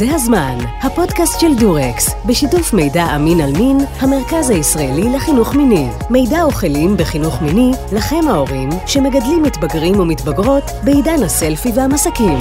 זה הזמן, הפודקאסט של דורקס, בשיתוף מידע אמין על מין, המרכז הישראלי לחינוך מיני. מידע וכלים בחינוך מיני לכם ההורים שמגדלים מתבגרים ומתבגרות בעידן הסלפי והמסכים.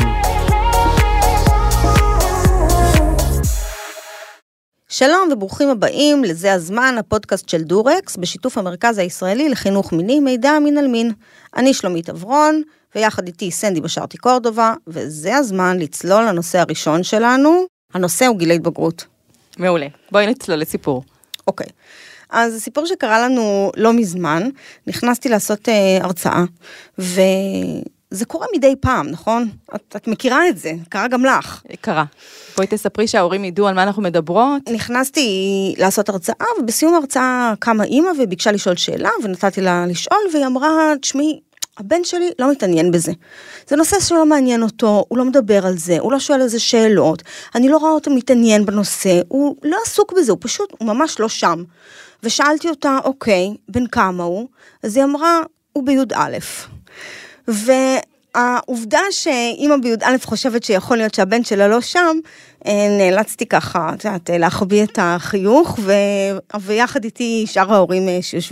שלום וברוכים הבאים לזה הזמן, הפודקאסט של דורקס, בשיתוף המרכז הישראלי לחינוך מיני, מידע אמין על מין. אני שלומית אברון, ויחד איתי סנדי בשארתי קורדובה, וזה הזמן לצלול לנושא הראשון שלנו. הנושא הוא גילי התבגרות. מעולה. בואי נצלול לסיפור. אוקיי. אז הסיפור שקרה לנו לא מזמן, נכנסתי לעשות הרצאה, וזה קורה מדי פעם, נכון? את מכירה את זה, קרה גם לך. קרה. בואי תספרי שההורים ידעו על מה אנחנו מדברות. נכנסתי לעשות הרצאה, ובסיום ההרצאה קמה אימא וביקשה לשאול שאלה, ונתתי לה לשאול, והיא אמרה, תשמעי, הבן שלי לא מתעניין בזה. זה נושא שלא מעניין אותו, הוא לא מדבר על זה, הוא לא שואל איזה שאלות, אני לא רואה אותו מתעניין בנושא, הוא לא עסוק בזה, הוא ממש לא שם. ושאלתי אותה, אוקיי, בן כמה הוא? אז היא אמרה, הוא בי"א. והעובדה שאמא בי"א חושבת שיכול להיות שהבן שלה לא שם, נאלצתי ככה, להחביא את החיוך, ויחד איתי שאר ההורים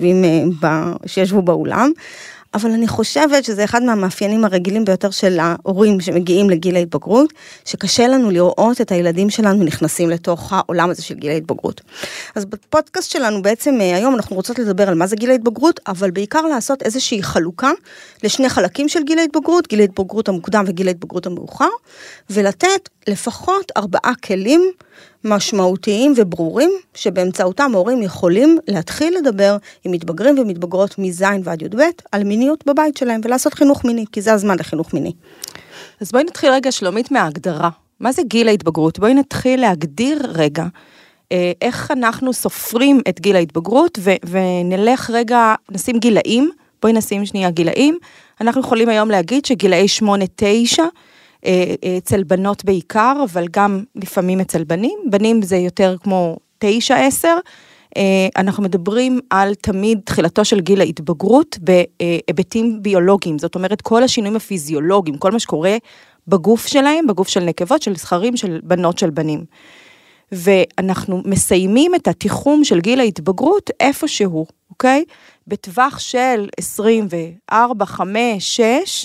שישבו באולם. אבל אני חושבת שזה אחד מהמאפיינים הרגילים ביותר של ההורים שמגיעים לגיל ההתבגרות, שקשה לנו לראות את הילדים שלנו נכנסים לתוך העולם הזה של גיל ההתבגרות. אז בפודקאסט שלנו בעצם היום אנחנו רוצות לדבר על מה זה גיל ההתבגרות, אבל בעיקר לעשות איזושהי חלוקה לשני חלקים של גיל ההתבגרות, גיל ההתבגרות המוקדם וגיל ההתבגרות המאוחר, ולתת לפחות 4 כלים משמעותיים וברורים, שבאמצעותם הורים יכולים להתחיל לדבר עם מתבגרים ומתבגרות מזין ועד י"ב על מיניות בבית שלהם, ולעשות חינוך מיני, כי זה הזמן לחינוך מיני. אז בואי נתחיל רגע שלומית מההגדרה. מה זה גיל ההתבגרות? בואי נתחיל להגדיר רגע איך אנחנו סופרים את גיל ההתבגרות, ונלך רגע, נשים גילאים, בואי נשים שנייה גילאים. אנחנו יכולים היום להגיד שגילאי 8-9, אצל בנות בעיקר, אבל גם לפעמים אצל בנים. בנים זה יותר כמו 9-10. אנחנו מדברים על תמיד תחילתו של גיל ההתבגרות בהיבטים ביולוגיים. זאת אומרת, כל השינויים הפיזיולוגיים, כל מה שקורה בגוף שלהם, בגוף של נקבות, של זכרים, של בנות, של בנים. ואנחנו מסיימים את התיחום של גיל ההתבגרות איפשהו, אוקיי? בטווח של 24, 5, 6,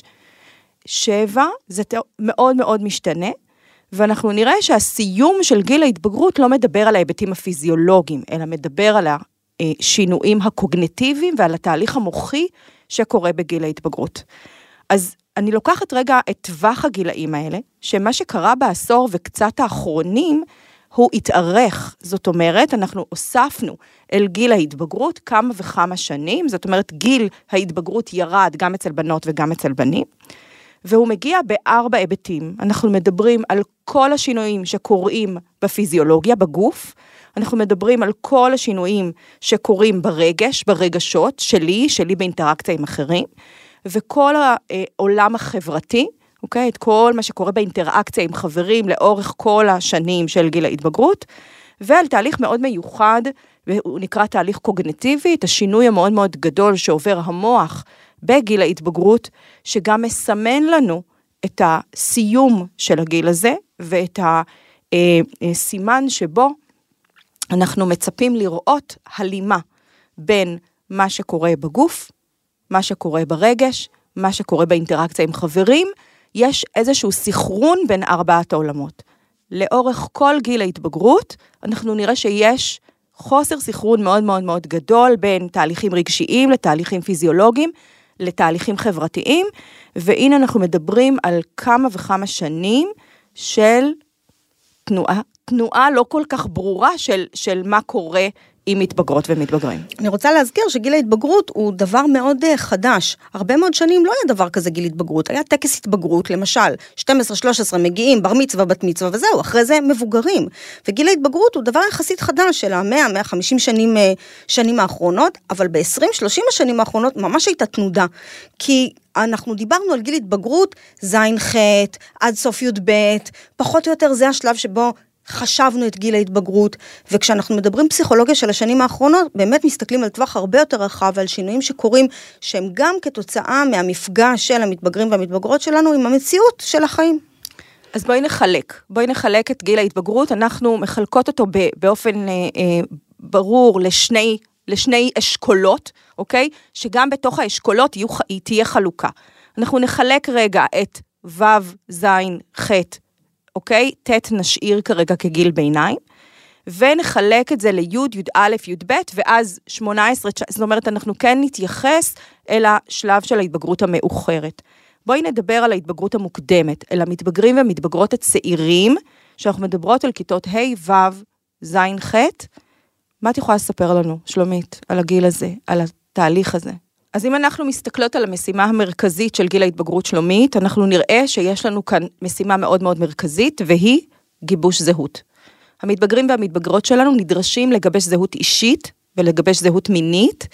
7, זה מאוד מאוד משתנה, ואנחנו נראה שהסיום של גיל ההתבגרות לא מדבר על ההיבטים הפיזיולוגיים, אלא מדבר על השינויים הקוגניטיביים ועל התהליך המוחי שקורה בגיל ההתבגרות. אז אני לוקחת רגע את טווח הגילאים האלה, שמה שקרה בעשור וקצת האחרונים, הוא התארך. זאת אומרת, אנחנו הוספנו אל גיל ההתבגרות כמה וכמה שנים, זאת אומרת, גיל ההתבגרות ירד גם אצל בנות וגם אצל בנים, והוא מגיע ב4 היבטים. אנחנו מדברים על כל השינויים שקורים בפיזיולוגיה, בגוף, אנחנו מדברים על כל השינויים שקורים ברגש, ברגשות שלי באינטראקציה עם אחרים, וכל העולם החברתי, אוקיי? את כל מה שקורה באינטראקציה עם חברים לאורך כל השנים של גיל ההתבגרות, ועל תהליך מאוד מיוחד, והוא נקרא תהליך קוגניטיבי, את השינוי המאוד מאוד גדול שעובר המוח בגיל ההתבגרות, שגם מסמן לנו את הסיום של הגיל הזה, ואת הסימן שבו אנחנו מצפים לראות הלימה בין מה שקורה בגוף, מה שקורה ברגש, מה שקורה באינטראקציה עם חברים, יש איזשהו סחרון בין 4 העולמות. לאורך כל גיל ההתבגרות, אנחנו נראה שיש חוסר סחרון מאוד מאוד מאוד גדול, בין תהליכים רגשיים לתהליכים פיזיולוגיים, לתהליכים חברתיים, והנה אנחנו מדברים על כמה וכמה שנים של תנועה לא כל כך ברורה של מה קורה עם מתבגרות ומתבגרים. אני רוצה להזכיר שגיל ההתבגרות הוא דבר מאוד חדש. הרבה מאוד שנים לא היה דבר כזה גיל התבגרות. היה טקס התבגרות, למשל, 12-13 מגיעים, בר מצווה, בת מצווה וזהו, אחרי זה מבוגרים. וגיל ההתבגרות הוא דבר יחסית חדש של 100-150 שנים האחרונות, אבל ב-20-30 השנים האחרונות ממש הייתה תנודה. כי אנחנו דיברנו על גיל התבגרות, זין ח' עד סוף י"ב, פחות או יותר זה השלב שבו חשבנו את גיל ההתבגרות, וכשאנחנו מדברים פסיכולוגיה של השנים האחרונות, באמת מסתכלים על טווח הרבה יותר רחב, ועל שינויים שקורים, שהם גם כתוצאה מהמפגש של המתבגרים והמתבגרות שלנו, עם המציאות של החיים. אז בואי נחלק את גיל ההתבגרות, אנחנו מחלקות אותו באופן ברור לשני אשכולות, אוקיי? שגם בתוך האשכולות תהיה חלוקה. אנחנו נחלק רגע את ו', ז', ח', אוקיי? ט' נשאיר כרגע כגיל ביניים, ונחלק את זה לי', י' י' ב', ואז 18, זאת אומרת, אנחנו כן נתייחס אל השלב של ההתבגרות המאוחרת. בואי נדבר על ההתבגרות המוקדמת, אל המתבגרים והמתבגרות הצעירים, שאנחנו מדברות על כיתות ה', ו', ז', ח'. מה את יכולה לספר לנו, שלומית, על הגיל הזה, על התהליך הזה? אז אם אנחנו מסתכלות על המשימה המרכזית של גיל ההתבגרות שלומית, אנחנו נראה שיש לנו כאן משימה מאוד מאוד מרכזית, והיא גיבוש זהות. המתבגרים והמתבגרות שלנו נדרשים לגבש זהות אישית, ולגבש זהות מינית,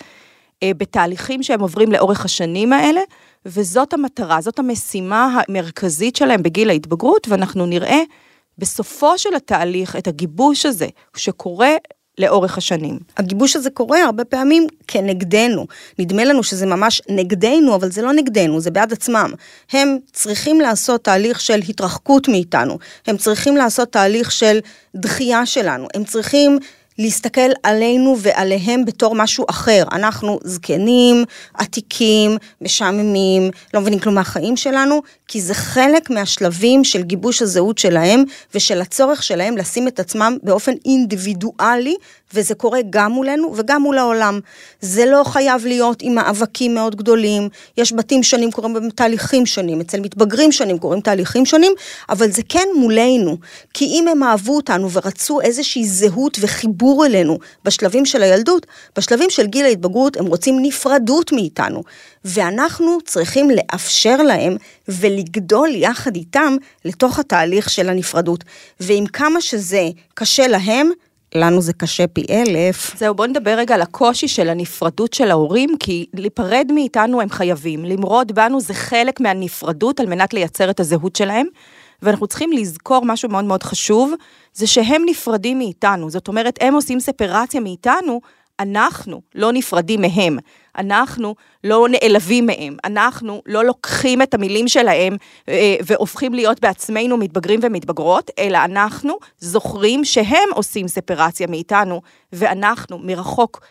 בתהליכים שהם עוברים לאורך השנים האלה, וזאת המטרה, זאת המשימה המרכזית שלהם בגיל ההתבגרות, ואנחנו נראה בסופו של התהליך את הגיבוש הזה, שקורה לאורך השנים. הגיבוש הזה קורה הרבה פעמים כנגדנו. נדמה לנו שזה ממש נגדנו, אבל זה לא נגדנו, זה בעד עצמם. הם צריכים לעשות תהליך של התרחקות מאיתנו. הם צריכים לעשות תהליך של דחייה שלנו. הם צריכים להסתכל עלינו ועליהם בתור משהו אחר. אנחנו זקנים, עתיקים, משעממים, לא מבינים כלום מהחיים שלנו, כי זה חלק מהשלבים של גיבוש הזהות שלהם, ושל הצורך שלהם לשים את עצמם באופן אינדיבידואלי, וזה קורה גם מולנו וגם מול העולם. זה לא חייב להיות עם מאבקים מאוד גדולים, יש בתים שונים קוראים בתהליכים שונים, אצל מתבגרים שונים קוראים תהליכים שונים, אבל זה כן מולנו, כי אם הם אהבו אותנו ורצו איזושהי זהות וחיבור אלינו בשלבים של הילדות, בשלבים של גיל ההתבגרות הם רוצים נפרדות מאיתנו, ואנחנו צריכים לאפשר להם ולגדול יחד איתם לתוך התהליך של הנפרדות, ועם כמה שזה קשה להם, לנו זה קשה פי 1000. זהו, בוא נדבר רגע על הקושי של הנפרדות של ההורים, כי להיפרד מאיתנו הם חייבים, למרוד בנו זה חלק מהנפרדות על מנת לייצר את הזהות שלהם, ואנחנו צריכים לזכור משהו מאוד מאוד חשוב, זה שהם נפרדים מאיתנו, זאת אומרת, הם עושים ספרציה מאיתנו, אנחנו לא נפרדים מהם, אנחנו לא נעלבים מהם, אנחנו לא לוקחים את המילים שלהם והופכים להיות בעצמנו מתבגרים ומתבגרות, אלא אנחנו זוכרים שהם עושים ספרציה מאיתנו, ואנחנו מרחוק,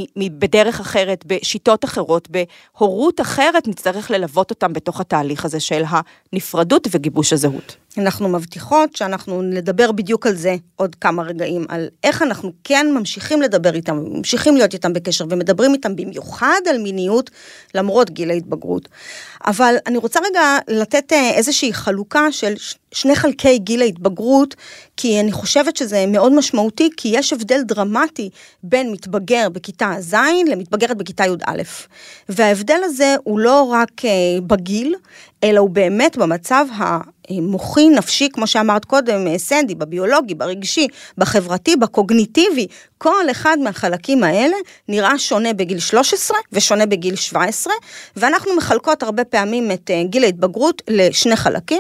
בדרך אחרת, בשיטות אחרות, בהורות אחרת, נצטרך ללוות אותם בתוך התהליך הזה של הנפרדות וגיבוש הזהות. אנחנו מבטיחות שאנחנו נדבר בדיוק על זה עוד כמה רגעים, על איך אנחנו כן ממשיכים לדבר איתם, ממשיכים להיות איתם בקשר, ומדברים איתם במיוחד על מיניות, למרות גיל ההתבגרות. אבל אני רוצה רגע לתת איזושהי חלוקה של שני חלקי גיל ההתבגרות, כי אני חושבת שזה מאוד משמעותי, כי יש הבדל דרמטי בין מתבגר בכיתה ז' למתבגרת בכיתה י"א. וההבדל הזה הוא לא רק בגיל, אלא הוא באמת במצב המוחי, נפשי, כמו שאמרת קודם, סנדי, בביולוגי, ברגשי, בחברתי, בקוגניטיבי, כל אחד מהחלקים האלה נראה שונה בגיל 13 ושונה בגיל 17, ואנחנו מחלקות הרבה פעמים את גיל ההתבגרות לשני חלקים,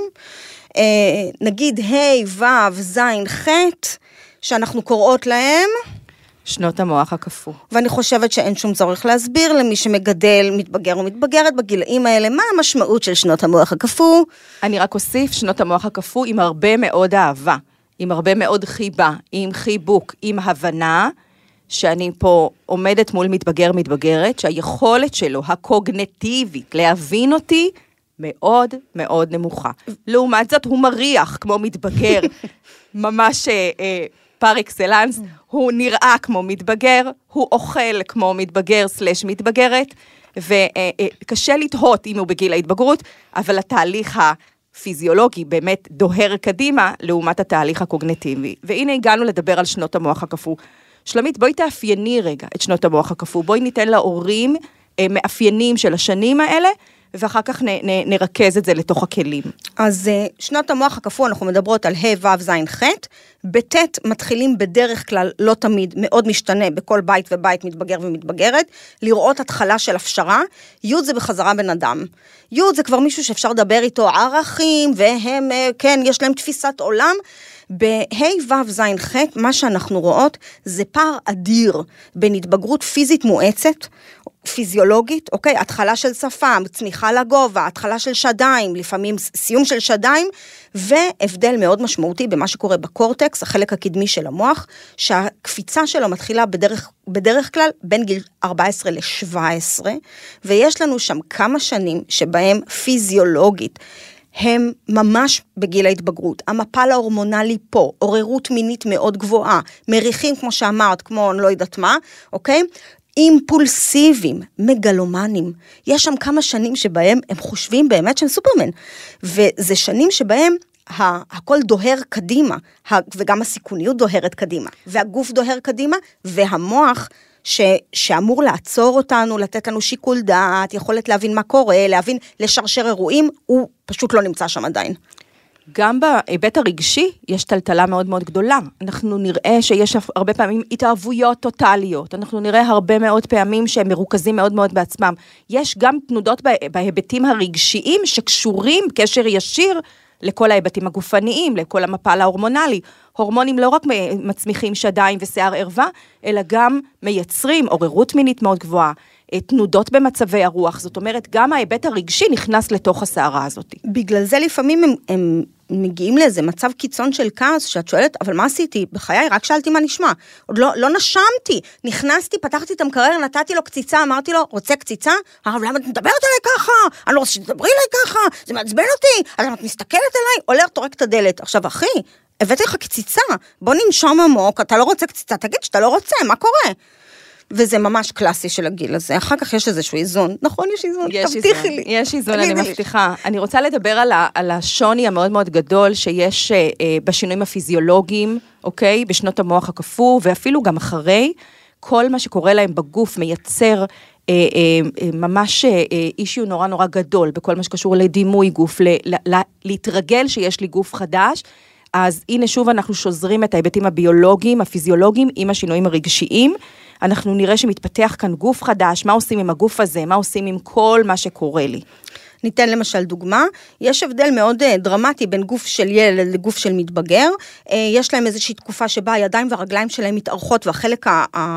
נגיד ה', ו', ז', ח', שאנחנו קוראות להם שנות המוח הקפוא. ואני חושבת שאין שום צורך להסביר למי שמגדל, מתבגר ומתבגרת בגילאים האלה, מה המשמעות של שנות המוח הקפוא? אני רק אוסיף שנות המוח הקפוא עם הרבה מאוד אהבה, עם הרבה מאוד חיבה, עם חיבוק, עם הבנה, שאני פה עומדת מול מתבגרת, שהיכולת שלו, הקוגניטיבית, להבין אותי, מאוד מאוד נמוכה. לעומת זאת, הוא מריח כמו מתבגר, ממש פר אקסלנס, הוא נראה כמו מתבגר, הוא אוכל כמו מתבגר סלש מתבגרת, וקשה לתהות אם הוא בגיל ההתבגרות, אבל התהליך הפיזיולוגי באמת דוהר קדימה, לעומת התהליך הקוגניטיבי. והנה הגענו לדבר על שנות המוח הקפוא. שלומית, בואי תאפייני רגע את שנות המוח הקפוא, בואי ניתן להורים מאפיינים של השנים האלה, ואחר כך נרכז את זה לתוך הכלים. אז שנות המוח הקפוא, אנחנו מדברות על ה' ו' ז' ח', בט' מתחילים בדרך כלל, לא תמיד, מאוד משתנה, בכל בית ובית מתבגר ומתבגרת, לראות התחלה של הפשרה, י' זה בחזרה בן אדם. י' זה כבר מישהו שאפשר לדבר איתו ערכים, והם, כן, יש להם תפיסת עולם, בה' ו' ז' ח', מה שאנחנו רואות, זה פער אדיר בין התבגרות פיזית מואצת, פיזיולוגית, אוקיי? התחלה של שפה, צמיחה לגובה, התחלה של שדיים, לפעמים סיום של שדיים, והבדל מאוד משמעותי במה שקורה בקורטקס, החלק הקדמי של המוח, שהקפיצה שלו מתחילה בדרך כלל בין גיל 14 ל-17, ויש לנו שם כמה שנים שבהם פיזיולוגית, הם ממש בגיל ההתבגרות, המפל ההורמונלי פה, עוררות מינית מאוד גבוהה, מריחים כמו שאמרת, כמו אני לא יודעת מה, אוקיי? אימפולסיביים, מגלומנים, יש שם כמה שנים שבהם הם חושבים באמת שהם סופרמן, וזה שנים שבהם הכל דוהר קדימה, וגם הסיכוניות דוהרת קדימה, והגוף דוהר קדימה, והמוח שאמור לעצור אותנו, לתת לנו שיקול דעת, יכולת להבין מה קורה, להבין, לשרשר אירועים, הוא פשוט לא נמצא שם עדיין. גם בהיבט הרגשי יש טלטלה מאוד מאוד גדולה. אנחנו נראה שיש הרבה פעמים התאהבויות טוטליות, אנחנו נראה הרבה מאוד פעמים שהם מרוכזים מאוד מאוד בעצמם. יש גם תנודות בהיבטים הרגשיים שקשורים קשר ישיר לכל ההיבטים הגופניים, לכל המפל ההורמונלי. הורמונים לא רק מצמיחים שדיים ושיער ערווה, אלא גם מייצרים עוררות מינית מאוד גבוהה, תנודות במצבי הרוח, זאת אומרת, גם ההיבט הרגשי נכנס לתוך הסערה הזאת. בגלל זה לפעמים הם מגיעים לאיזה מצב קיצון של כעס, שאת שואלת, אבל מה עשיתי? בחיי רק שאלתי מה נשמע. עוד לא נשמתי, נכנסתי, פתחתי את המקרר, נתתי לו קציצה, אמרתי לו, רוצה קציצה? הרב, למה את מדברת עליי ככה? אני לא רוצה שתדברי עליי ככה, זה מעצבן אותי, אז את מסתכלת עליי, הולך, תורק את הדלת. עכשיו, אחי, הבאתי לך קציצה, בוא ננשום עמוק, אתה לא רוצה קציצה, תגיד שאתה לא רוצה, מה קורה? וזה ממש קלאסי של הגיל הזה. אחר כך יש איזשהו איזון. נכון, יש איזון, תבטיחי לי. יש איזון, אני מבטיחה. אני רוצה לדבר על השוני המאוד מאוד גדול שיש בשינויים הפיזיולוגיים, אוקיי? בשנות המוח הקפוא, ואפילו גם אחרי, כל מה שקורה להם בגוף מייצר ממש אישיו נורא נורא גדול, בכל מה שקשור לדימוי גוף, להתרגל שיש לי גוף חדש, אז הנה שוב אנחנו שוזרים את ההיבטים הביולוגיים, הפיזיולוגיים, עם השינויים הרגשיים, אנחנו נראה שמתפתח כאן גוף חדש, מה עושים עם הגוף הזה, מה עושים עם כל מה שקורה לי. ניתן למשל דוגמה, יש הבדל מאוד דרמטי בין גוף של ילד לגוף של מתבגר, יש להם איזושהי תקופה שבה הידיים והרגליים שלהם מתארכות, והחלק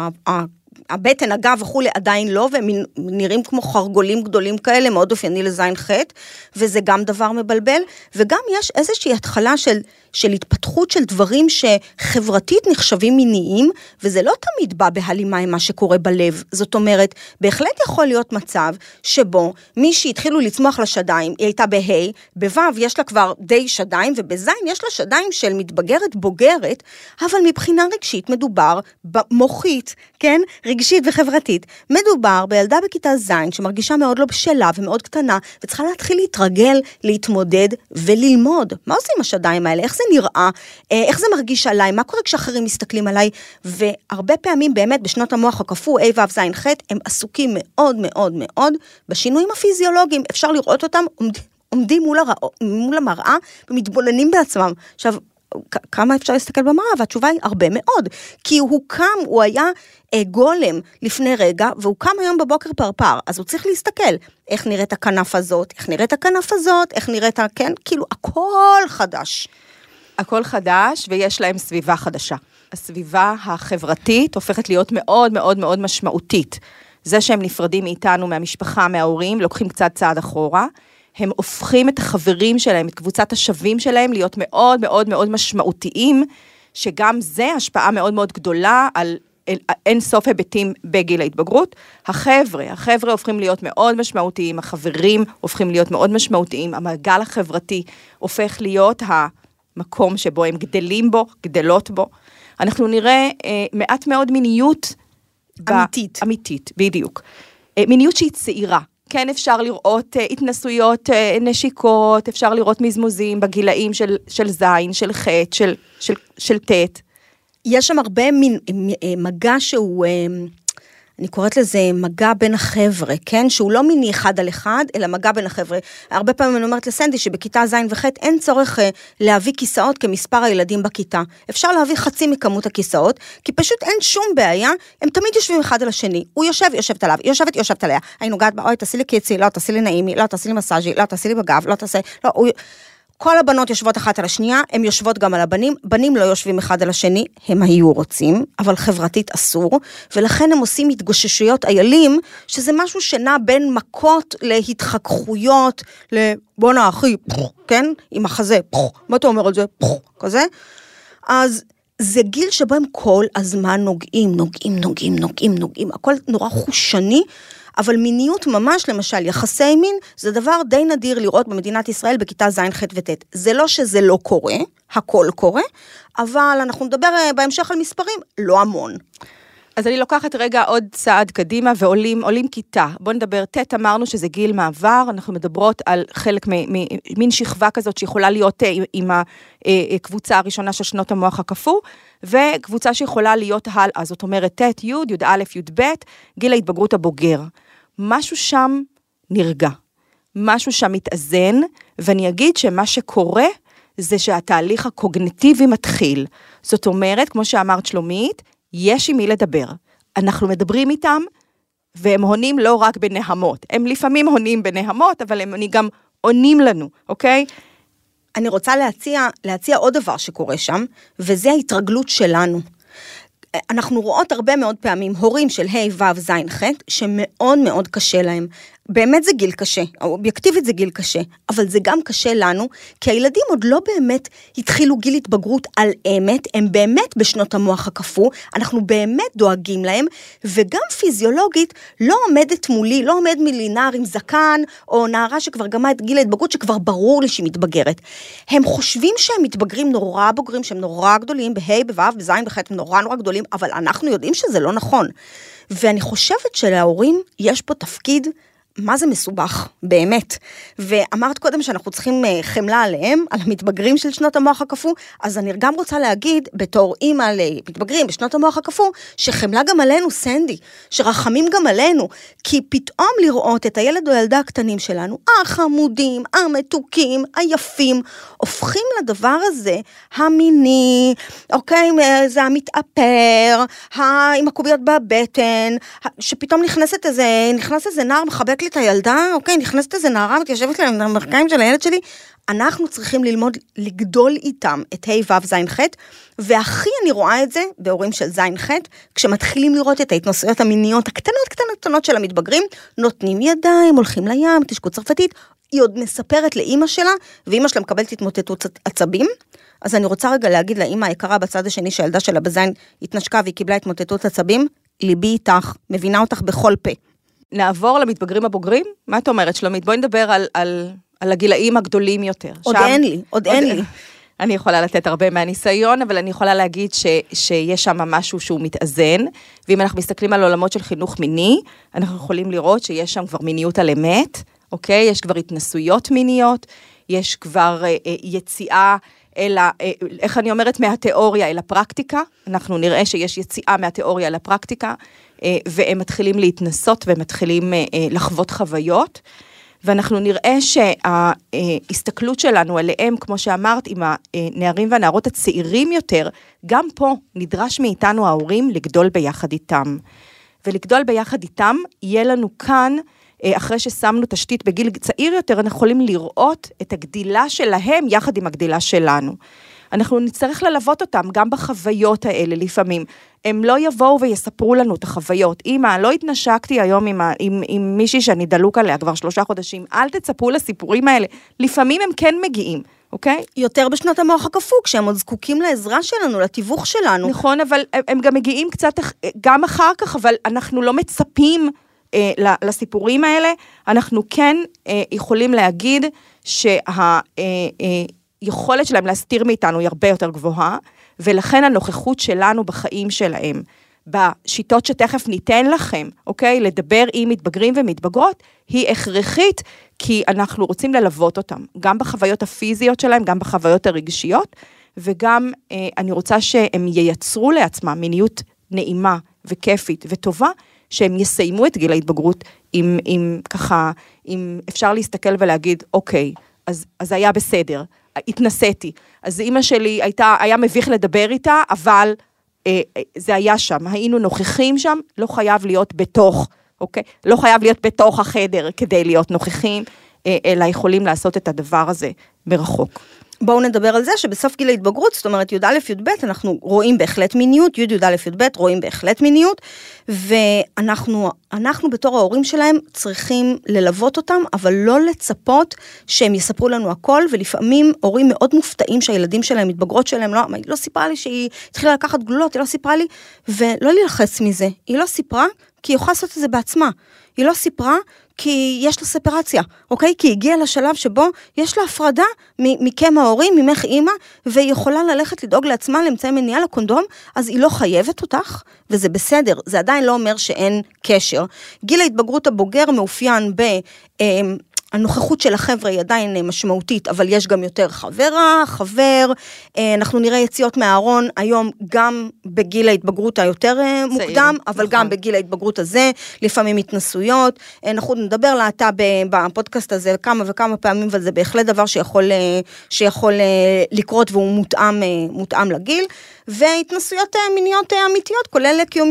הבטן, הגב וכולי עדיין לא, והם נראים כמו חרגולים גדולים כאלה, מאוד אופייני לזין חטא, וזה גם דבר מבלבל, וגם יש איזושהי התחלה של התפתחות של דברים שחברתית נחשבים מיניים, וזה לא תמיד בא בהלימה עם מה שקורה בלב. זאת אומרת, בהחלט יכול להיות מצב שבו מי שהתחילו לצמוח לשדיים, היא הייתה בהי, בוו יש לה כבר די שדיים, ובזין יש לה שדיים של מתבגרת בוגרת, אבל מבחינה רגשית מדובר במוחית, כן? רגשית וחברתית. מדובר בילדה בכיתה זין, שמרגישה מאוד לא בשלה ומאוד קטנה, וצריכה להתחיל להתרגל, להתמודד וללמוד. מה עושים השדיים האלה? איך זה נראה? איך זה מרגיש עליי? מה קורה כשאחרים מסתכלים עליי? והרבה פעמים באמת בשנות המוח הקפוא, A ו' ז' ח', הם עסוקים מאוד מאוד מאוד בשינויים הפיזיולוגיים. אפשר לראות אותם עומדים מול המראה ומתבוננים בעצמם. עכשיו, כמה אפשר להסתכל במראה? והתשובה היא הרבה מאוד. כי הוא קם, הוא היה גולם לפני רגע, והוא קם היום בבוקר פרפר, אז הוא צריך להסתכל, איך נראית הכנף הזאת, איך נראית הכנף הזאת, איך נראית, כן, כאילו, הכל חדש. הכל חדש, ויש להם סביבה חדשה. הסביבה החברתית הופכת להיות מאוד מאוד מאוד משמעותית. זה שהם נפרדים מאיתנו, מהמשפחה, מההורים, לוקחים קצת צעד אחורה, הם הופכים את החברים שלהם, את קבוצת השווים שלהם, להיות מאוד מאוד מאוד משמעותיים, שגם זה השפעה מאוד מאוד גדולה על אין סוף היבטים בגיל ההתבגרות. החבר'ה הופכים להיות מאוד משמעותיים, החברים הופכים להיות מאוד משמעותיים, המעגל החברתי הופך להיות המקום שבו הם גדלים בו, גדלות בו. אנחנו נראה מעט מאוד מיניות אמיתית, בדיוק. מיניות שהיא צעירה. כן, אפשר לראות התנסויות נשיקות, אפשר לראות מזמוזים בגילאים של זין, של חטא, של תת. יש שם הרבה מגע שהוא, אני קוראת לזה מגע בין החבר'ה, כן? שהוא לא מיני אחד על אחד, אלא מגע בין החבר'ה. הרבה פעמים אני אומרת לסנדי שבכיתה זין וחטא אין צורך להביא כיסאות כמספר הילדים בכיתה. אפשר להביא חצי מכמות הכיסאות, כי פשוט אין שום בעיה, הם תמיד יושבים אחד על השני. הוא יושבת עליו, יושבת עליה. אני נוגעת בה, אוי, תעשי לי קיצי, לא, תעשי לי נעימי, לא, תעשי לי מסאז'י, לא, תעשי לי בגב, לא, תעשי, לא, כל הבנות יושבות אחת על השנייה, הן יושבות גם על הבנים, בנים לא יושבים אחד על השני, הם היו רוצים, אבל חברתית אסור, ולכן הם עושים התגוששויות איילים, שזה משהו שנע בין מכות להתחככויות, לבונה אחי, כן? עם החזה, מה אתה אומר על זה? כזה. אז זה גיל שבו הם כל הזמן נוגעים, הכל נורא חושני, אבל מיניות ממש, למשל, יחסי מין, זה דבר די נדיר לראות במדינת ישראל בכיתה ז', ח' ות'. זה לא שזה לא קורה, הכל קורה, אבל אנחנו נדבר בהמשך על מספרים, לא המון. אז אני לוקחת רגע עוד צעד קדימה, ועולים כיתה. בוא נדבר, ת' אמרנו שזה גיל מעבר, אנחנו מדברות על חלק מין שכבה כזאת, שיכולה להיות עם הקבוצה הראשונה של שנות המוח הכפו, וקבוצה שיכולה להיות הלאה, זאת אומרת, ת', י', י', י', ב', גיל ההתבגרות הבוגר. משהו שם נרגע, משהו שם מתאזן, ואני אגיד שמה שקורה, זה שהתהליך הקוגניטיבי מתחיל. זאת אומרת, כמו שאמרת שלומית, יש עם מי לדבר. אנחנו מדברים איתם, והם עונים לא רק בנהמות. הם לפעמים עונים בנהמות, אבל הם גם עונים לנו, אוקיי? אני רוצה להציע עוד דבר שקורה שם, וזה ההתרגלות שלנו. אנחנו רואות הרבה מאוד פעמים הורים של ה' ו' ז' ח' שמאוד מאוד קשה להם. באמת זה גיל קשה, אובייקטיבית זה גיל קשה, אבל זה גם קשה לנו, כי הילדים עוד לא באמת התחילו גיל התבגרות על אמת, הם באמת בשנות המוח הכפו, אנחנו באמת דואגים להם, וגם פיזיולוגית לא עומדת מולי, לא עומד מלינאר עם זקן, או נערה שכבר גמה את גיל ההתבגרות, שכבר ברור לי שהיא מתבגרת. הם חושבים שהם מתבגרים נורא בוגרים, שהם נורא גדולים, בה' בו' בז' בח' הם נורא גדולים, אבל אנחנו יודעים שזה לא נכון. ואני חושבת שלהורים יש פה תפקיד מה זה מסובך, באמת. ואמרת קודם שאנחנו צריכים חמלה עליהם, על המתבגרים של שנות המוח הכפו, אז אני גם רוצה להגיד, בתור אימא למתבגרים בשנות המוח הכפו, שחמלה גם עלינו, סנדי, שרחמים גם עלינו, כי פתאום לראות את הילד או הילדה הקטנים שלנו, החמודים, המתוקים, היפים, הופכים לדבר הזה, המיני, אוקיי, זה המתאפר, עם הקוביות בבטן, שפתאום נכנס איזה נער מחבק לי את הילדה, אוקיי, נכנסת איזה נערה, מתיישבת להם למרכיים של הילד שלי, אנחנו צריכים ללמוד לגדול איתם את ה' ו' ז' ח', והכי אני רואה את זה בהורים של ז' ח', כשמתחילים לראות את ההתנסויות המיניות הקטנות של המתבגרים, נותנים ידיים, הולכים לים, תשקו צרפתית, היא עוד מספרת לאמא שלה, ואמא שלה מקבלת התמוטטות עצבים, אז אני רוצה רגע להגיד לאמא היקרה בצד השני שהילדה שלה בזין התנשקה והיא קיבלה התמוטטות עצבים, ליבי איתך, מבינה אותך בכל פה. נעבור למתבגרים הבוגרים? מה את אומרת, שלומית? בואי נדבר על הגילאים הגדולים יותר. עוד אין לי. אני יכולה לתת הרבה מהניסיון, אבל אני יכולה להגיד שיש שם משהו שהוא מתאזן, ואם אנחנו מסתכלים על עולמות של חינוך מיני, אנחנו יכולים לראות שיש שם כבר מיניות על אמת, אוקיי? יש כבר התנסויות מיניות, יש כבר יציאה איך אני אומרת, מהתיאוריה אל הפרקטיקה, אנחנו נראה שיש יציאה מהתיאוריה אל הפרקטיקה, והם מתחילים להתנסות, והם מתחילים לחוות חוויות, ואנחנו נראה שההסתכלות שלנו עליהם, כמו שאמרת, עם הנערים והנערות הצעירים יותר, גם פה נדרש מאיתנו ההורים לגדול ביחד איתם. ולגדול ביחד איתם, יהיה לנו כאן, אחרי ששמנו תשתית בגיל צעיר יותר, אנחנו יכולים לראות את הגדילה שלהם יחד עם הגדילה שלנו. אנחנו נצטרך ללוות אותם גם בחוויות האלה לפעמים. הם לא יבואו ויספרו לנו את החוויות. אמא, לא התנשקתי היום עם מישהי שאני דלוק עליה כבר 3 חודשים. אל תצפו לסיפורים האלה. לפעמים הם כן מגיעים, אוקיי? יותר בשנות המוח הכפוק, שהם עוד זקוקים לעזרה שלנו, לתיווך שלנו. נכון, אבל הם גם מגיעים קצת, גם אחר כך, אבל אנחנו לא מצפים לסיפורים האלה. אנחנו כן יכולים להגיד יכולת שלהם להסתיר מאיתנו היא הרבה יותר גבוהה, ולכן הנוכחות שלנו בחיים שלהם, בשיטות שתכף ניתן לכם, אוקיי, לדבר עם מתבגרים ומתבגרות, היא הכרחית, כי אנחנו רוצים ללוות אותם, גם בחוויות הפיזיות שלהם, גם בחוויות הרגשיות, וגם אני רוצה שהם ייצרו לעצמם מיניות נעימה וכיפית וטובה, שהם יסיימו את גיל ההתבגרות, אם אפשר להסתכל ולהגיד, אוקיי, אז היה בסדר, התנסיתי. אז אמא שלי היה מביך לדבר איתה, אבל זה היה שם, היינו נוכחים שם, לא חייב להיות בתוך, אוקיי? לא חייב להיות בתוך החדר כדי להיות נוכחים, אלא יכולים לעשות את הדבר הזה מרחוק. בואו נדבר על זה שבסוף גיל ההתבגרות, זאת אומרת י"א י"ב, אנחנו רואים בהחלט מיניות, י"א י"ב רואים בהחלט מיניות, ואנחנו בתור ההורים שלהם צריכים ללוות אותם, אבל לא לצפות שהם יספרו לנו הכל, ולפעמים הורים מאוד מופתעים שהילדים שלהם, מתבגרות שלהם, היא לא סיפרה לי שהיא התחילה לקחת גלולות, היא לא סיפרה לי, ולא להילחץ מזה, היא לא סיפרה, כי היא יכולה לעשות את זה בעצמה, היא לא סיפרה, כי יש לה ספרציה, אוקיי? כי היא הגיעה לשלב שבו יש לה הפרדה מכם ההורים, ממך אימא, והיא יכולה ללכת לדאוג לעצמה לאמצעי מניעה לקונדום, אז היא לא חייבת אותך, וזה בסדר, זה עדיין לא אומר שאין קשר. גיל ההתבגרות הבוגר מאופיין הנוכחות של החבר'ה היא עדיין משמעותית, אבל יש גם יותר חבר, אנחנו נראה יציאות מהארון היום גם בגיל ההתבגרות היותר מוקדם, אבל גם בגיל ההתבגרות הזה, לפעמים התנסויות, אנחנו נדבר לעתה בפודקאסט הזה כמה וכמה פעמים, אבל זה בהחלט דבר שיכול לקרות והוא מותאם לגיל, והתנסויות מיניות אמיתיות, כולל קיום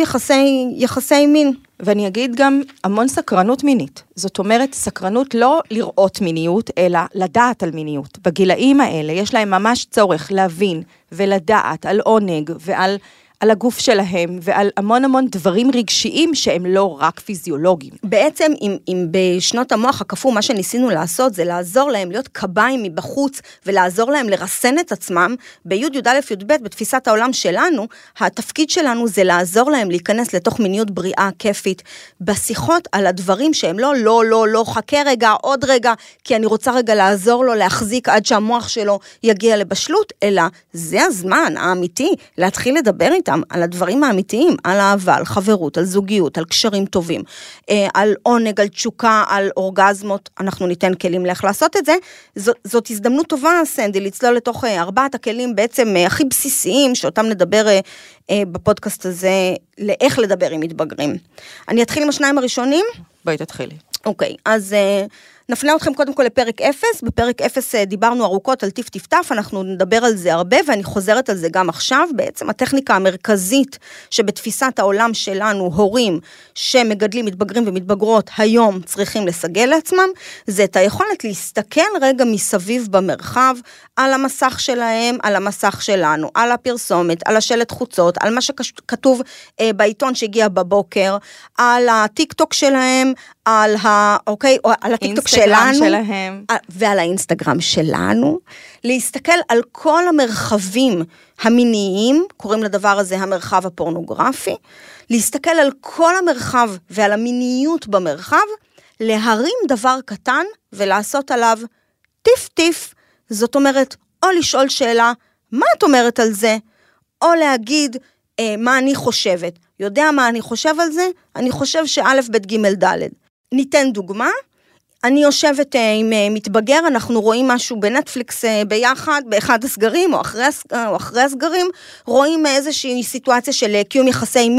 יחסי מין. ואני אגיד גם המון סקרנות מינית. זאת אומרת, סקרנות לא לראות מיניות, אלא לדעת על מיניות. בגילאים האלה יש להם ממש צורך להבין ולדעת על עונג ועל הגוף שלהם ועל המון דברים רגשיים שהם לא רק פיזיולוגיים. בעצם אם בשנות המוח הקפוא מה שניסינו לעשות זה לעזור להם להיות קביים מבחוץ ולעזור להם לרסן את עצמם, בי"א י"ב בתפיסת העולם שלנו, התפקיד שלנו זה לעזור להם להיכנס לתוך מיניות בריאה, כיפית, בשיחות על הדברים שהם לא, חכה רגע, עוד רגע, כי אני רוצה רגע לעזור לו להחזיק עד שהמוח שלו יגיע לבשלות, אלא זה הזמן האמיתי להתחיל לדבר איתם על הדברים האמיתיים, על אהבה, על חברות, על זוגיות, על קשרים טובים, על עונג, על תשוקה, על אורגזמות, אנחנו ניתן כלים לאיך לעשות את זה, זאת הזדמנות טובה, סנדי, לצלול לתוך 4 הכלים בעצם הכי בסיסיים, שאותם נדבר בפודקאסט הזה, לאיך לדבר עם מתבגרים. אני אתחיל עם 2 הראשונים. בואי תתחילי. אוקיי, אז נפנה אתכם קודם כל לפרק 0, בפרק 0 דיברנו ארוכות על טיף טף, אנחנו נדבר על זה הרבה, ואני חוזרת על זה גם עכשיו, בעצם הטכניקה המרכזית שבתפיסת העולם שלנו, הורים שמגדלים מתבגרים ומתבגרות, היום צריכים לסגל לעצמם, זה את היכולת להסתכל רגע מסביב במרחב, על המסך שלהם, על המסך שלנו, על הפרסומת, על השלט חוצות, על מה שכתוב בעיתון שהגיע בבוקר, על הטיק-טוק שלהם, על הטיק-טוק שלנו, ועל האינסטגרם שלנו, להסתכל על כל המרחבים המיניים, קוראים לדבר הזה המרחב הפורנוגרפי, להסתכל על כל המרחב ועל המיניות במרחב, להרים דבר קטן ולעשות עליו טיף, זאת אומרת, או לשאול שאלה, מה את אומרת על זה? או להגיד מה אני חושבת. יודע מה אני חושב על זה? אני חושב שא' ב' ג' ד'. ניתן דוגמה, אני יושבת עם מתבגר, אנחנו רואים משהו בנטפליקס ביחד, באחד הסגרים או אחרי הסגרים, רואים איזושהי סיטואציה של קיום יחסי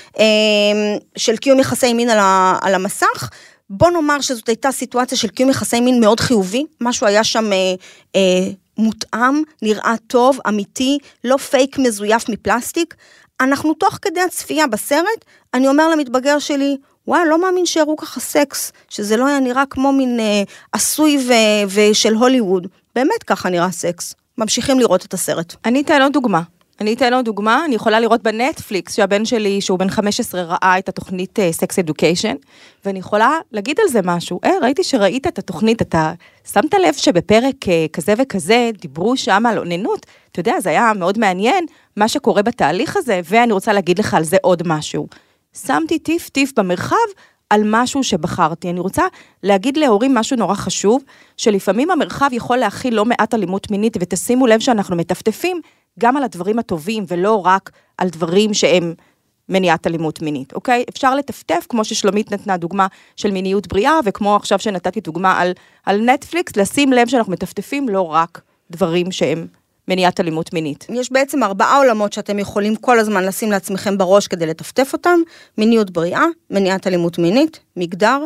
מין, על המסך, בוא נאמר שזאת הייתה סיטואציה של קיום יחסי מין מאוד חיובי, משהו היה שם מותאם, נראה טוב, אמיתי, לא פייק מזויף מפלסטיק, אנחנו תוך כדי הצפייה בסרט, אני אומר למתבגר שלי, וואי, לא מאמין שהראו ככה סקס, שזה לא היה נראה כמו מין עשוי ושל הוליווד. באמת ככה נראה סקס. ממשיכים לראות את הסרט. אני אתן עוד דוגמה. אני יכולה לראות בנטפליקס, שהבן שלי, שהוא בן 15, ראה את התוכנית סקס אדוקיישן, ואני יכולה להגיד על זה משהו. ראיתי שראית את התוכנית, אתה שמת לב שבפרק כזה וכזה, דיברו שם על עוננות. אתה יודע, זה היה מאוד מעניין, מה שקורה בתהליך הזה, ואני רוצה להגיד לך על זה עוד משהו. שמתי טיף במרחב על משהו שבחרתי. אני רוצה להגיד להורים משהו נורא חשוב, שלפעמים המרחב יכול להכיל לא מעט אלימות מינית, ותשימו לב שאנחנו מטפטפים גם על הדברים הטובים, ולא רק על דברים שהם מניעת אלימות מינית, אוקיי? אפשר לטפטף, כמו ששלומית נתנה דוגמה של מיניות בריאה, וכמו עכשיו שנתתי דוגמה על נטפליקס, לשים לב שאנחנו מטפטפים לא רק דברים שהם מניעת אלימות מינית. יש בעצם 4 עולמות שאתם יכולים כל הזמן לשים לעצמכם בראש כדי לטפטף אותם, מיניות בריאה, מניעת אלימות מינית, מגדר,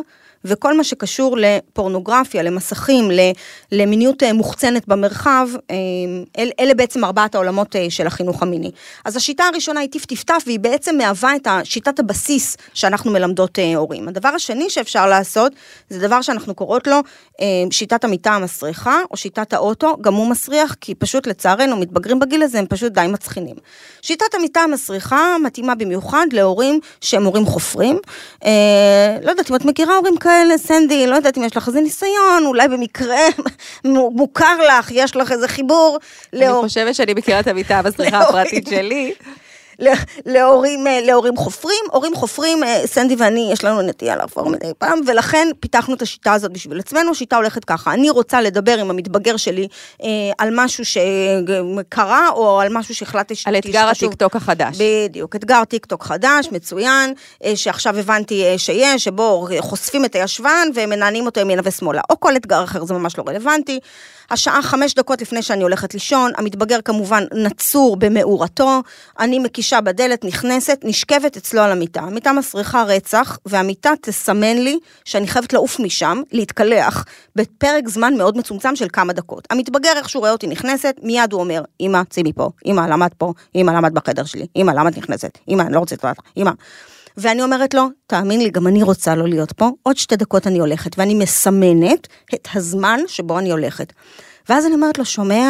וכל מה שקשור לפורנוגרפיה, למסכים, למיניות מוחצנת במרחב, אלה בעצם 4 העולמות של החינוך המיני. אז השיטה הראשונה היא טיף-טיף-טף, והיא בעצם מהווה את שיטת הבסיס שאנחנו מלמדות הורים. הדבר השני שאפשר לעשות, זה דבר שאנחנו קוראות לו שיטת המיטה המסריחה, או שיטת האוטו, גם הוא מסריח, כי פשוט לצערנו מתבגרים בגיל הזה, הם פשוט די מצחינים. שיטת המיטה המסריחה מתאימה במיוחד להורים שהם הורים חופרים. לא יודעת אם את מכירה הורים כאלה, סנדי, לא יודעת אם יש לך איזה ניסיון, אולי במקרה מוכר לך, יש לך איזה חיבור. אני חושבת שאני מכירה את המיטה המסריחה הפרטית שלי. להורים חופרים, הורים חופרים, סנדי ואני, יש לנו נטייה לחפור מדי פעם, ולכן פיתחנו את השיטה הזאת בשביל עצמנו. השיטה הולכת ככה, אני רוצה לדבר עם המתבגר שלי על משהו שקרה, או על משהו שהחלטתי על אתגר הטיקטוק החדש. בדיוק, אתגר טיקטוק חדש, מצוין, שעכשיו הבנתי שיש, שבו חושפים את הישבן, ומנענים אותו ימינה ושמאלה, או כל אתגר אחר, זה ממש לא רלוונטי. השעה 5 דקות לפני שאני הולכת לישון, המתבגר כמובן נצור במאורתו, אני מקישה בדלת, נכנסת, נשכבת אצלו על המיטה. המיטה מסריחה רצח, והמיטה תסמן לי שאני חייבת לעוף משם, להתקלח, בפרק זמן מאוד מצומצם של כמה דקות. המתבגר, איך שהוא רואה אותי נכנסת, מיד הוא אומר, אמא, צאי מפה, אמא, למה את פה, אמא, למה את בחדר שלי, אמא, למה את נכנסת, אמא, אני לא רוצה לתת, אמא. ואני אומרת לו, תאמין לי, גם אני רוצה לא להיות פה, עוד 2 דקות אני הולכת, ואני מסמנת את הזמן שבו אני הולכת. ואז אני אומרת לו,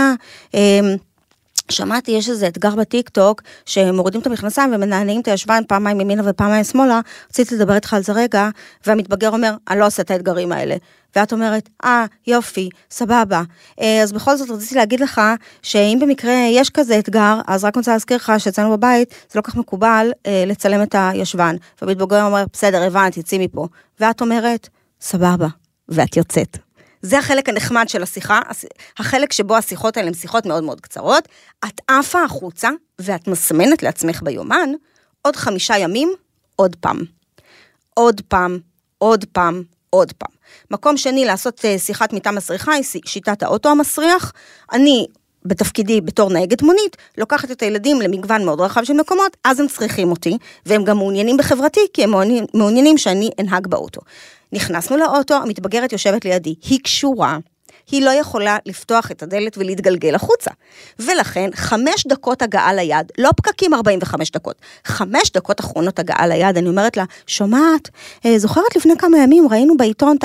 שמעתי, יש איזה אתגר בטיקטוק, שמורידים את המכנסיים ומנענעים את הישבן פעמיים ימינה ופעמיים שמאלה, רציתי לדבר איתך על זה רגע, והמתבגר אומר, אני לא עושה את האתגרים האלה. ואת אומרת, יופי, סבבה. אז בכל זאת רציתי להגיד לך, שאם במקרה יש כזה אתגר, אז רק רוצה להזכיר לך שאצלנו בבית, זה לא כך מקובל לצלם את הישבן. והמתבגר אומר, בסדר, הבנתי, צאי מפה. ואת אומרת, סבבה, ואת יוצאת. זה החלק הנחמד של השיחה, החלק שבו השיחות האלה הן שיחות מאוד מאוד קצרות, את עפה החוצה, ואת מסמנת לעצמך ביומן, עוד 5 ימים, עוד פעם. עוד פעם, עוד פעם, עוד פעם. מקום שני לעשות שיחת מיטה מסריחה, היא שיטת האוטו המסריח, אני בתפקידי בתור נהגת מונית, לוקחת את הילדים למגוון מאוד רחב של מקומות, אז הם צריכים אותי, והם גם מעוניינים בחברתי, כי הם מעוניינים שאני אנהג באוטו. נכנסנו לאוטו, המתבגרת יושבת לידי, היא קשורה, היא לא יכולה לפתוח את הדלת ולהתגלגל החוצה. ולכן 5 דקות הגעה ליד, לא פקקים 45 דקות, 5 דקות אחרונות הגעה ליד, אני אומרת לה, שומעת, זוכרת לפני כמה ימים, ראינו בעיתון,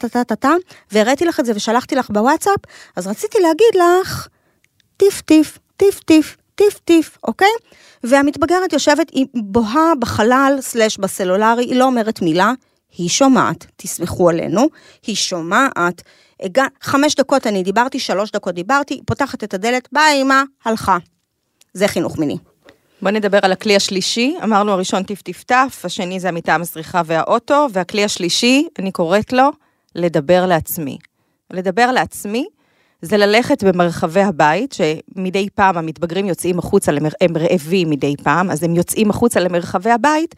והראיתי לך את זה ושלחתי לך בוואטסאפ, אז רציתי להגיד לך, טיף טיף, טיף טיף, טיף טיף, אוקיי? והמתבגרת יושבת, היא בוהה בחלל סלש בסלולרי, היא לא אומרת מילה, היא שומעת, תסמכו עלינו, היא שומעת, 5 דקות אני דיברתי, 3 דקות דיברתי, פותחת את הדלת, ביי אמא, הלכה. זה חינוך מיני. בוא נדבר על הכלי השלישי, אמרנו הראשון טיף-טיף-טף, השני זה המיטה המסריחה והאוטו, והכלי השלישי, אני קוראת לו, לדבר לעצמי. לדבר לעצמי, זה ללכת במרחבי הבית, שמדי פעם המתבגרים יוצאים החוצה, הם רעבים מדי פעם, אז הם יוצאים החוצה למרחבי הבית,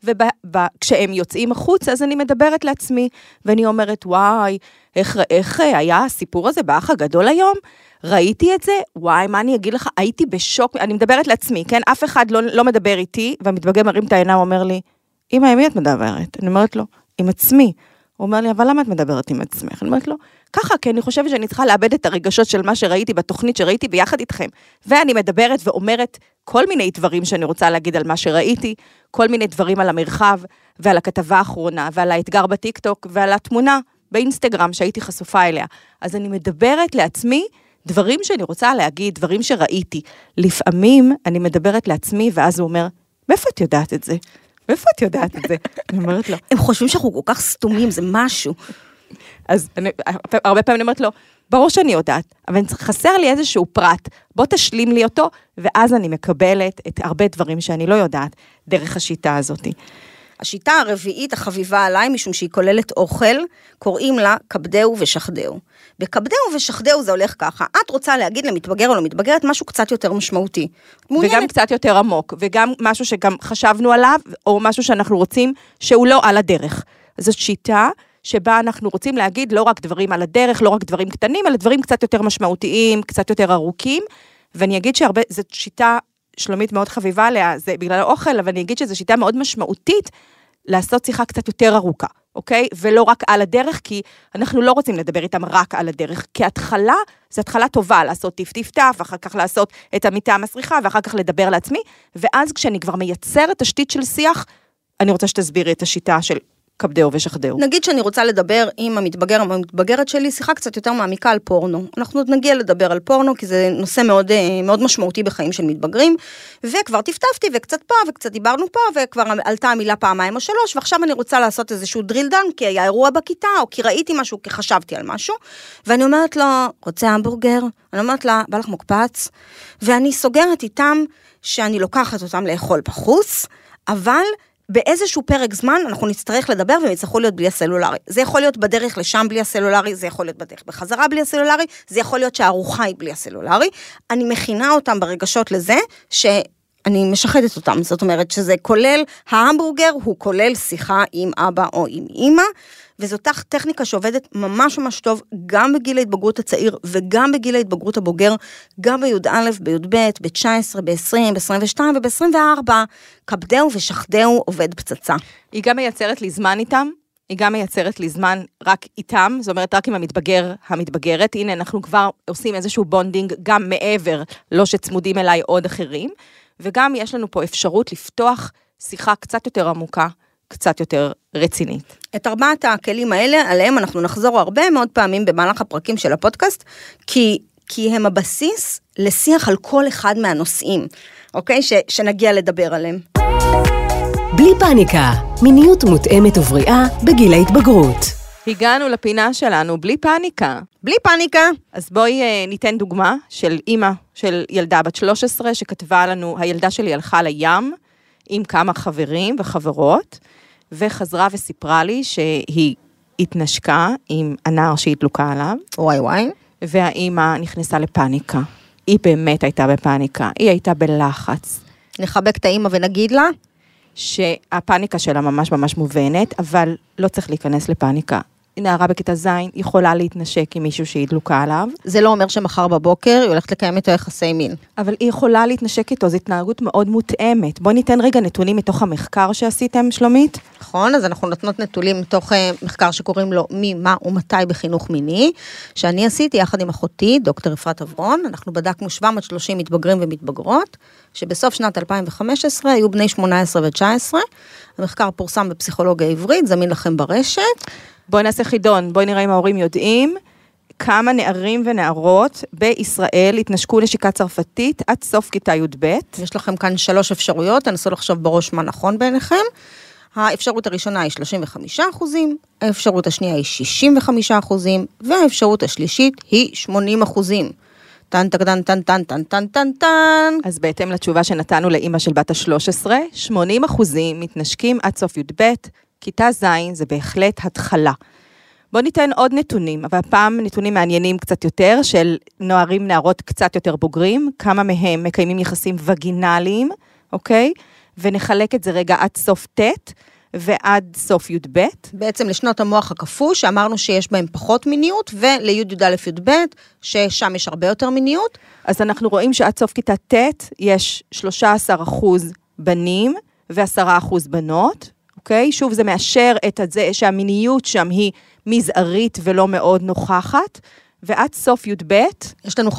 וכשהם יוצאים החוצה, אז אני מדברת לעצמי, ואני אומרת, וואי, איך היה הסיפור הזה באח הגדול היום? ראיתי את זה? וואי, מה אני אגיד לך? הייתי בשוק, אני מדברת לעצמי, כן? אף אחד לא מדבר איתי, והמתבגר מרים את העיניים, אומר לי, אמא, עם מי את מדברת? אני אומרת לו, עם עצמי. הוא אומר לי, אבל למה את מדברת עם עצמך? אני אומרת לו, ככה, כי אני חושבת שאני צריכה לאבד את הרגשות של מה שראיתי בתוכנית שראיתי ביחד איתכם. ואני מדברת ואומרת כל מיני דברים שאני רוצה להגיד על מה שראיתי, כל מיני דברים על המרחב, ועל הכתבה האחרונה, ועל האתגר בטיקטוק, ועל התמונה באינסטגרם שהייתי חשופה אליה. אז אני מדברת לעצמי דברים שאני רוצה להגיד, דברים שראיתי. לפעמים אני מדברת לעצמי, ואז הוא אומר, מאיפה את יודעת את זה? מאיפה את יודעת את זה? אני אומרת לו. הם חושבים שאנחנו כל כך סתומים, זה משהו. אז הרבה פעמים אני אומרת לו, ברור שאני יודעת, אבל חסר לי איזשהו פרט, בוא תשלים לי אותו, ואז אני מקבלת את הרבה דברים שאני לא יודעת, דרך השיטה הזאת. השיטה הרביעית החביבה עליי, משום שהיא כוללת אוכל, קוראים לה כבדהו ושחדהו. בכבדהו ושחדהו זה הולך ככה, את רוצה להגיד למתבגר או למתבגרת משהו קצת יותר משמעותי. וגם קצת יותר עמוק, וגם משהו שגם חשבנו עליו, או משהו שאנחנו רוצים שהוא לא על הדרך. זאת שיטה שבה אנחנו רוצים להגיד לא רק דברים על הדרך, לא רק דברים קטנים, אלא דברים קצת יותר משמעותיים, קצת יותר ארוכים, ואני אגיד שהרבה, זאת שיטה שלומית מאוד חביבה עליה, זה בגלל האוכל, אבל אני אגיד שזו שיטה מאוד משמעותית, לעשות שיחה קצת יותר ארוכה. אוקיי? ולא רק על הדרך, כי אנחנו לא רוצים לדבר איתם רק על הדרך, כי התחלה, זו התחלה טובה, לעשות טיף-טיף-טף, אחר כך לעשות את המיטה המסריחה, ואחר כך לדבר לעצמי, ואז כשאני כבר מייצרת תשתית של שיח, אני רוצה שתסבירי את השיטה של כבדהו ושחדהו. נגיד שאני רוצה לדבר עם המתבגר או המתבגרת שלי, שיחה קצת יותר מעמיקה על פורנו. אנחנו עוד נגיע לדבר על פורנו, כי זה נושא מאוד, מאוד משמעותי בחיים של מתבגרים, וכבר טפטפתי, וקצת פה, וקצת דיברנו פה, וכבר עלתה המילה פעמיים או שלוש, ועכשיו אני רוצה לעשות איזשהו drill down, כי היה אירוע בכיתה, או כי ראיתי משהו, כי חשבתי על משהו, ואני אומרת לו, רוצה המבורגר? אני אומרת לה, בא לך מוקפץ? ואני סוגרת איתם, שאני לוקחת אותם לאכול בחוץ, אבל באיזשהו פרק זמן אנחנו נצטרך לדבר והם יצטרכו להיות בלי הסלולרי. זה יכול להיות בדרך לשם בלי הסלולרי, זה יכול להיות בדרך בחזרה בלי הסלולרי, זה יכול להיות שהארוחה היא בלי הסלולרי. אני מכינה אותם ברגשות לזה שאני משחדת אותם. זאת אומרת שזה כולל, ההמבורגר הוא כולל שיחה עם אבא או עם אמא, וזאת טכניקה שעובדת ממש ממש טוב, גם בגיל ההתבגרות הצעיר, וגם בגיל ההתבגרות הבוגר, גם בי"א, בי"ב, ב-19, ב-20, ב-22 וב-24, כבדהו ושחדהו עובד פצצה. היא גם מייצרת לי זמן איתם, היא גם מייצרת לי זמן רק איתם, זאת אומרת רק עם המתבגר, המתבגרת, הנה אנחנו כבר עושים איזשהו בונדינג, גם מעבר, לא שצמודים אליי עוד אחרים, וגם יש לנו פה אפשרות לפתוח שיחה קצת יותר עמוקה, קצת יותר רצינית. את ארבעת הכלים האלה, עליהם אנחנו נחזור הרבה מאוד פעמים במהלך הפרקים של הפודקאסט, כי הם הבסיס לשיח על כל אחד מהנושאים, אוקיי? שנגיע לדבר עליהם. בלי פאניקה, מיניות מותאמת ובריאה בגיל ההתבגרות. הגענו לפינה שלנו, בלי פאניקה. בלי פאניקה. אז בואי ניתן דוגמה של אמא של ילדה בת 13, שכתבה לנו, הילדה שלי הלכה לים, עם כמה חברים וחברות, וחזרה וסיפרה לי שהיא התנשקה עם הנער שהתלוקה עליו. וואי וואי. והאימא נכנסה לפאניקה. היא באמת הייתה בפאניקה, היא הייתה בלחץ. נחבק את האימא ונגיד לה? שהפאניקה שלה ממש ממש מובנת, אבל לא צריך להיכנס לפאניקה. נערה בכיתה ז' יכולה להתנשק עם מישהו שהיא דלוקה עליו. זה לא אומר שמחר בבוקר היא הולכת לקיים איתו יחסי מין. אבל היא יכולה להתנשק איתו, זו התנהגות מאוד מותאמת. בואי ניתן רגע נתונים מתוך המחקר שעשיתם, שלומית. נכון, אז אנחנו נותנות נתונים מתוך מחקר שקוראים לו מי, מה ומתי בחינוך מיני, שאני עשיתי יחד עם אחותי, דוקטור אפרת אברון. אנחנו בדקנו 730 מתבגרים ומתבגרות, שבסוף שנת 2015 היו בני 18 ו-19. המחקר פורסם בפסיכולוגיה עברית, זמין לכם ברשת. בואי נעשה חידון, בואי נראה אם ההורים יודעים כמה נערים ונערות בישראל התנשקו נשיקה צרפתית עד סוף כיתה י"ב. יש לכם כאן 3 אפשרויות, תנסו לחשוב בראש מה נכון בעיניכם. האפשרות הראשונה היא 35%, האפשרות השנייה היא 65%, והאפשרות השלישית היא 80%. טן טן טן טן טן טן טן טן. אז בהתאם לתשובה שנתנו לאמא של בת ה-13, 80% מתנשקים עד סוף י"ב, כיתה ז' זה בהחלט התחלה. בואו ניתן עוד נתונים, אבל הפעם נתונים מעניינים קצת יותר, של נערים נערות קצת יותר בוגרים, כמה מהם מקיימים יחסים וגינליים, אוקיי? ונחלק את זה רגע עד סוף ט' ועד סוף י"ב. בעצם לשנות המוח הכפו, שאמרנו שיש בהם פחות מיניות, ולי"א י"ב, ששם יש הרבה יותר מיניות. אז אנחנו רואים שעד סוף כיתה ט' יש 13% בנים ו10% בנות, אוקיי? שוב, זה מאשר את זה שהמיניות שם היא מזערית ולא מאוד נוכחת, ועד סוף י"ב יש לנו 58%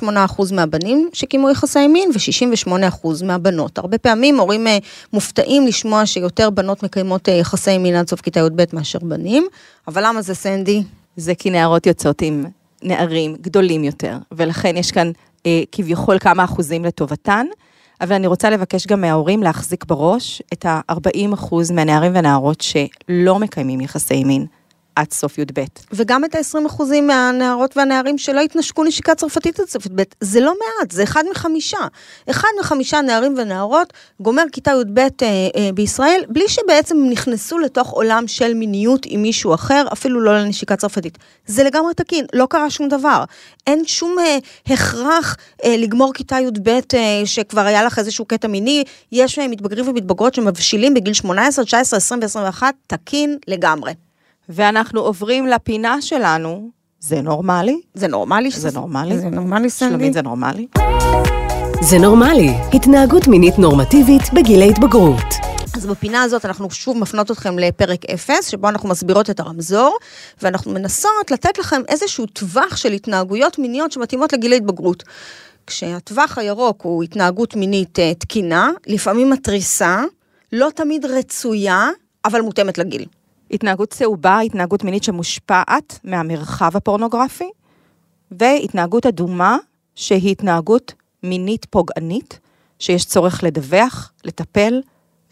מהבנים שקיימו יחסי מין, ו68% מהבנות. הרבה פעמים הורים מופתעים לשמוע שיותר בנות מקיימות יחסי מין עד סוף כיתה י"ב מאשר בנים, אבל למה זה סנדי? זה כי נערות יוצאות עם נערים גדולים יותר, ולכן יש כאן כביכול כמה אחוזים לטובתן, אבל אני רוצה לבקש גם מההורים להחזיק בראש את ה-40% מהנערים ונערות שלא מקיימים יחסי מין עד סוף י"ב. וגם את ה-20% מהנערות והנערים שלא התנשקו נשיקה צרפתית עד סוף י"ב. זה לא מעט, זה 1 מ-5. 1 מ-5 נערים ונערות גומר כיתה י"ב בישראל, בלי שבעצם הם נכנסו לתוך עולם של מיניות עם מישהו אחר, אפילו לא לנשיקה צרפתית. זה לגמרי תקין, לא קרה שום דבר. אין שום הכרח לגמור כיתה י"ב שכבר היה לך איזשהו קטע מיני. יש מתבגרים ומתבגרות שמבשילים בגיל 18, 19, 20 ו-21, תקין לגמרי. ואנחנו עוברים לפינה שלנו, זה נורמלי? זה נורמלי? זה נורמלי? זה נורמלי, סנדי? שלומית, זה נורמלי? זה נורמלי, התנהגות מינית נורמטיבית בגיל ההתבגרות. אז בפינה הזאת אנחנו שוב מפנות אתכם לפרק 0, שבו אנחנו מסבירות את הרמזור, ואנחנו מנסות לתת לכם איזשהו טווח של התנהגויות מיניות שמתאימות לגיל ההתבגרות. כשהטווח הירוק הוא התנהגות מינית תקינה, לפעמים מטריסה, לא תמיד רצויה, אבל מותאמת לגיל. התנהגות צהובה, התנהגות מינית שמושפעת מהמרחב הפורנוגרפי, והתנהגות אדומה, שהיא התנהגות מינית פוגענית, שיש צורך לדווח, לטפל,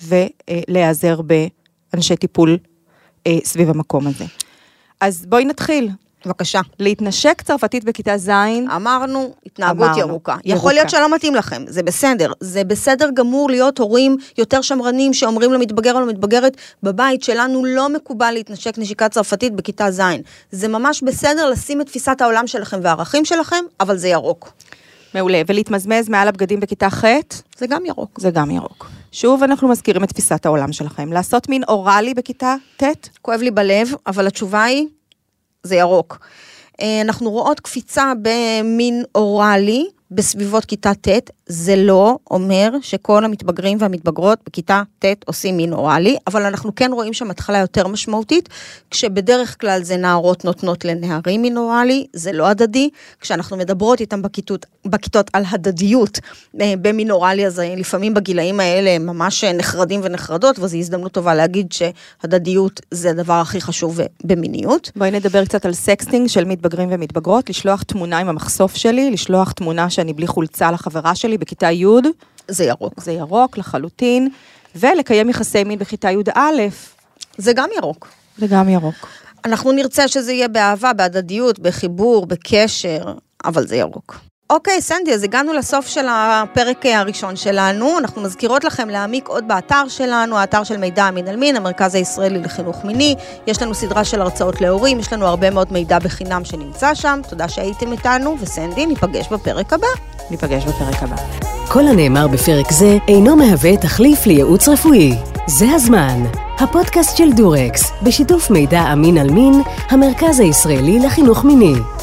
ולהיעזר באנשי טיפול סביב המקום הזה. אז בואי נתחיל. בבקשה. להתנשק צרפתית בכיתה ז'. אמרנו, התנהגות ירוקה. יכול להיות שלא מתאים לכם, זה בסדר. זה בסדר גמור להיות הורים יותר שמרנים שאומרים למתבגר או למתבגרת, בבית שלנו לא מקובל להתנשק נשיקה צרפתית בכיתה ז'. זה ממש בסדר לשים את תפיסת העולם שלכם והערכים שלכם, אבל זה ירוק. מעולה, ולהתמזמז מעל הבגדים בכיתה ח' זה גם ירוק. זה גם ירוק. שוב אנחנו מזכירים את תפיסת העולם שלכם. לעשות מין אוראלי בכיתה ט'? כואב לי בלב, אבל התשובה היא, זה ירוק. אנחנו רואות קפיצה במין אוראלי בסביבות כיתה ט', זה לא אומר שכל המתבגרים והמתבגרות בכיתה ט' עושים מין אוראלי, אבל אנחנו כן רואים שם התחלה יותר משמעותית, כשבדרך כלל זה נערות נותנות לנערים מין אוראלי, זה לא הדדי, כשאנחנו מדברות איתם בכיתות על הדדיות במין אוראלי, אז לפעמים בגילאים האלה הם ממש נחרדים ונחרדות, וזו הזדמנות טובה להגיד שהדדיות זה הדבר הכי חשוב במיניות. בואי נדבר קצת על סקסטינג של מתבגרים ומתבגרות, לשלוח תמונה עם המחשוף שלי, לשלוח תמונה שאני בלי חולצה לחברה שלי בכיתה י' זה ירוק. זה ירוק לחלוטין, ולקיים יחסי מין בכיתה י'-א' זה גם ירוק. זה גם ירוק. אנחנו נרצה שזה יהיה באהבה, בהדדיות, בחיבור, בקשר, אבל זה ירוק. אוקיי, סנדי, אז הגענו לסוף של הפרק הראשון שלנו, אנחנו מזכירות לכם להעמיק עוד באתר שלנו, האתר של מידע אמין על מין, המרכז הישראלי לחינוך מיני, יש לנו סדרה של הרצאות להורים, יש לנו הרבה מאוד מידע בחינם שנמצא שם, תודה שהייתם איתנו, וסנדי, ניפגש בפרק הבא. ניפגש בפרק הבא. כל הנאמר בפרק זה אינו מהווה תחליף לייעוץ רפואי. זה הזמן. הפודקאסט של דורקס, בשיתוף מידע אמין על מין, המרכז הישראלי לחינוך מיני.